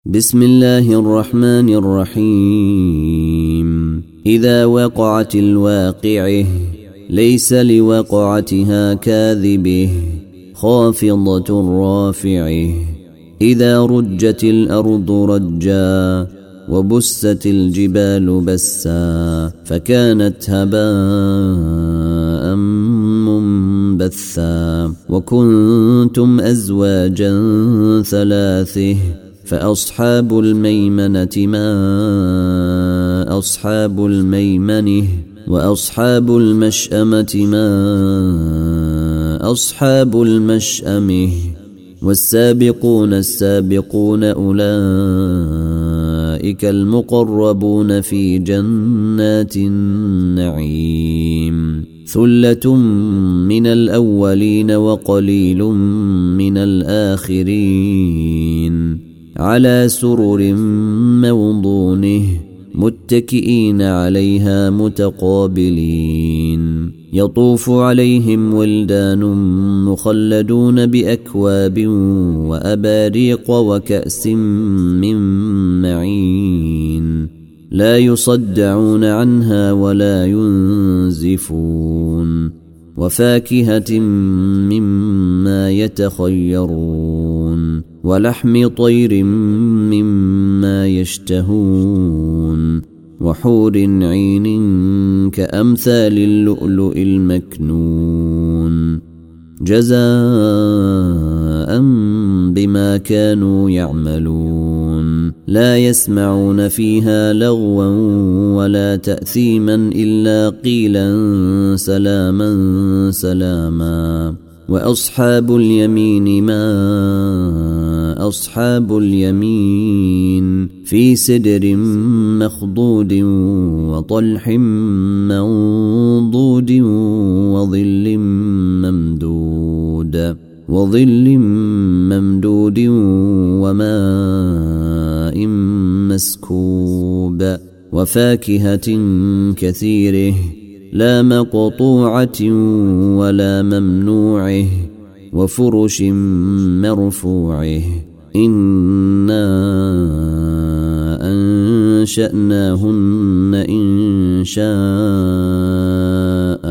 بسم الله الرحمن الرحيم. إذا وقعت الواقعة ليس لوقعتها كاذبة خافضة رافعة. إذا رجت الأرض رجا وبست الجبال بسا فكانت هباء منبثا وكنتم أزواجا ثلاثة فأصحاب الميمنة ما أصحاب الميمنة وأصحاب المشأمة ما أصحاب المشأمة والسابقون السابقون أولئك المقربون في جنات النعيم. ثلة من الأولين وقليل من الآخرين على سرر موضونه متكئين عليها متقابلين. يطوف عليهم ولدان مخلدون بأكواب وأباريق وكأس من معين لا يصدعون عنها ولا ينزفون. وفاكهة مما يتخيرون ولحم طير مما يشتهون وحور عين كأمثال اللؤلؤ المكنون جزاء بما كانوا يعملون. لا يسمعون فيها لغوا ولا تأثيما إلا قيلا سلاما سلاما. وأصحاب اليمين ما أصحاب اليمين في سدر مخضود وطلح منضود وظل ممدود وماء مسكوب وفاكهة كثيرة لا مقطوعة ولا ممنوعة وفرش مرفوعة. إنا أنشأناهن إنشاء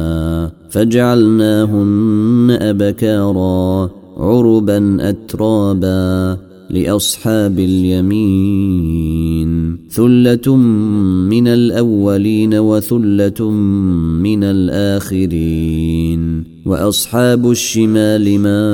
فجعلناهن أبكارا عربا أترابا لأصحاب اليمين. ثلة من الأولين وثلة من الآخرين. وأصحاب الشمال ما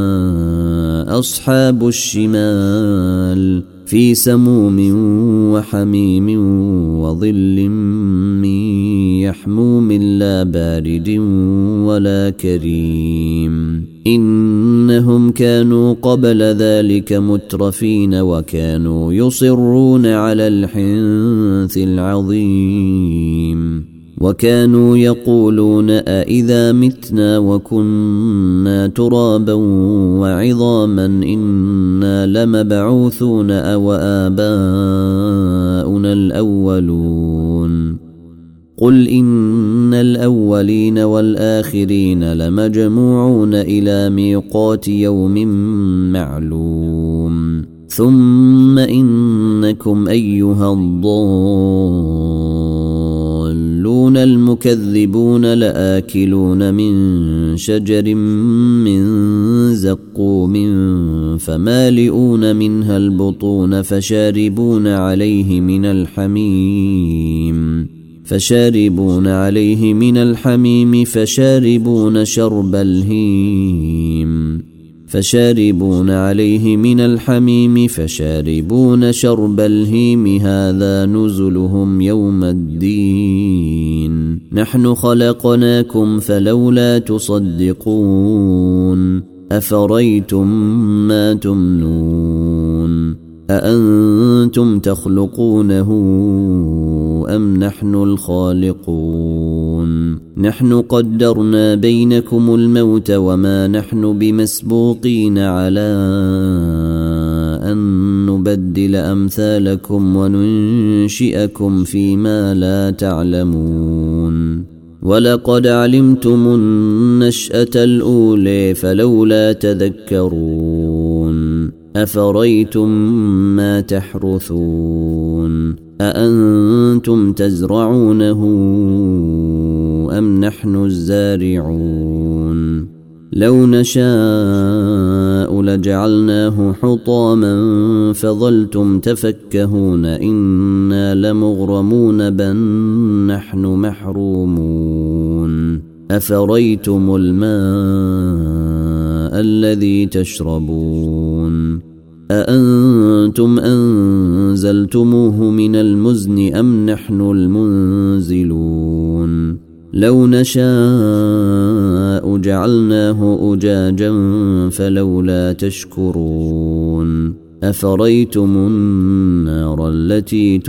أصحاب الشمال في سموم وحميم وظل من يحموم لا بارد ولا كريم. إنهم كانوا قبل ذلك مترفين وكانوا يصرون على الحنث العظيم وكانوا يقولون أإذا متنا وكنا ترابا وعظاما إنا لمبعوثون أو آباؤنا الأولون. قل إن الأولين والآخرين لمجموعون إلى ميقات يوم معلوم. ثم إنكم أيها الضالون المكذبون لآكلون من شجر من زقوم فمالئون منها البطون فشاربون عليه من الحميم فشاربون شرب الهيم هذا نزلهم يوم الدين. نحن خلقناكم فلولا تصدقون. أفريتم ما تمنون أأنتم تخلقونه أم نحن الخالقون. نحن قدرنا بينكم الموت وما نحن بمسبوقين على أن نبدل أمثالكم وننشئكم فيما لا تعلمون. ولقد علمتم النشأة الأولى فلولا تذكرون. أفريتم ما تحرثون أأنتم تزرعونه أم نحن الزارعون لو نشاء لجعلناه حطاما فظلتم تفكهون إنا لمغرمون بل نحن محرومون أفريتم الماء الذي تشربون أأنتم أنزلتموه من المزن أم نحن المنزلون لو نشاء جعلناه أجاجا فلولا تشكرون أفريتم النار التي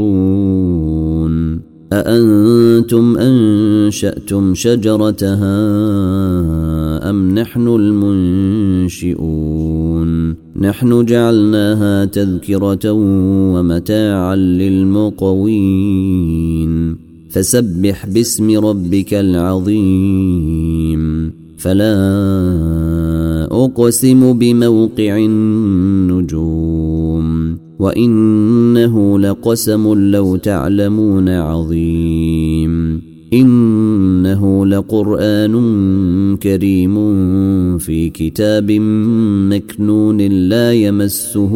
تورون أأنتم أنشأتم شجرتها أم نحن المنشئون نحن جعلناها تذكرة ومتاعا للمقوين فسبح باسم ربك العظيم فلا أقسم بموقع النجوم وإنه لقسم لو تعلمون عظيم إنه لقرآن كريم في كتاب مكنون لا يمسه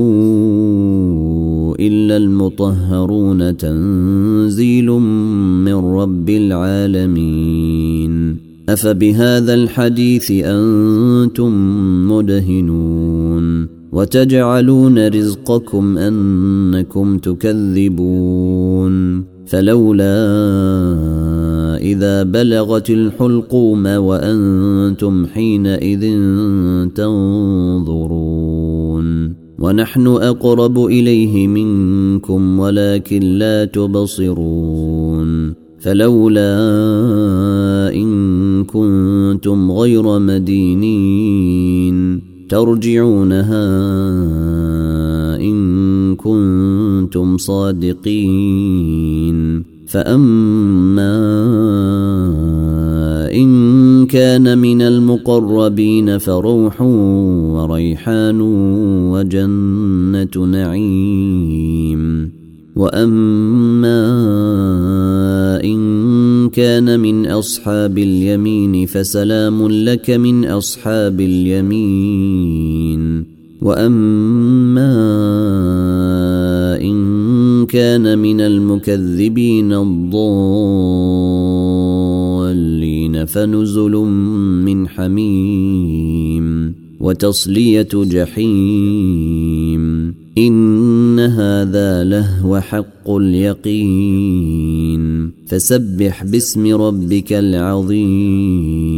إلا المطهرون تنزيل من رب العالمين أفبهذا الحديث أنتم مدهنون وتجعلون رزقكم أنكم تكذبون فلولا إذا بلغت الحلقوم وأنتم حينئذ تنظرون ونحن أقرب إليه منكم ولكن لا تبصرون فلولا إن كنتم غير مدينين ترجعونها إن كنتم صادقين فأما إن كان من المقربين فروح وريحان وجنة نعيم وأما إن كان من أصحاب اليمين فسلام لك من أصحاب اليمين وأما إن كان من المكذبين الضالين فنزل من حميم وتصلية جحيم إن هذا لهو حق اليقين فسبح باسم ربك العظيم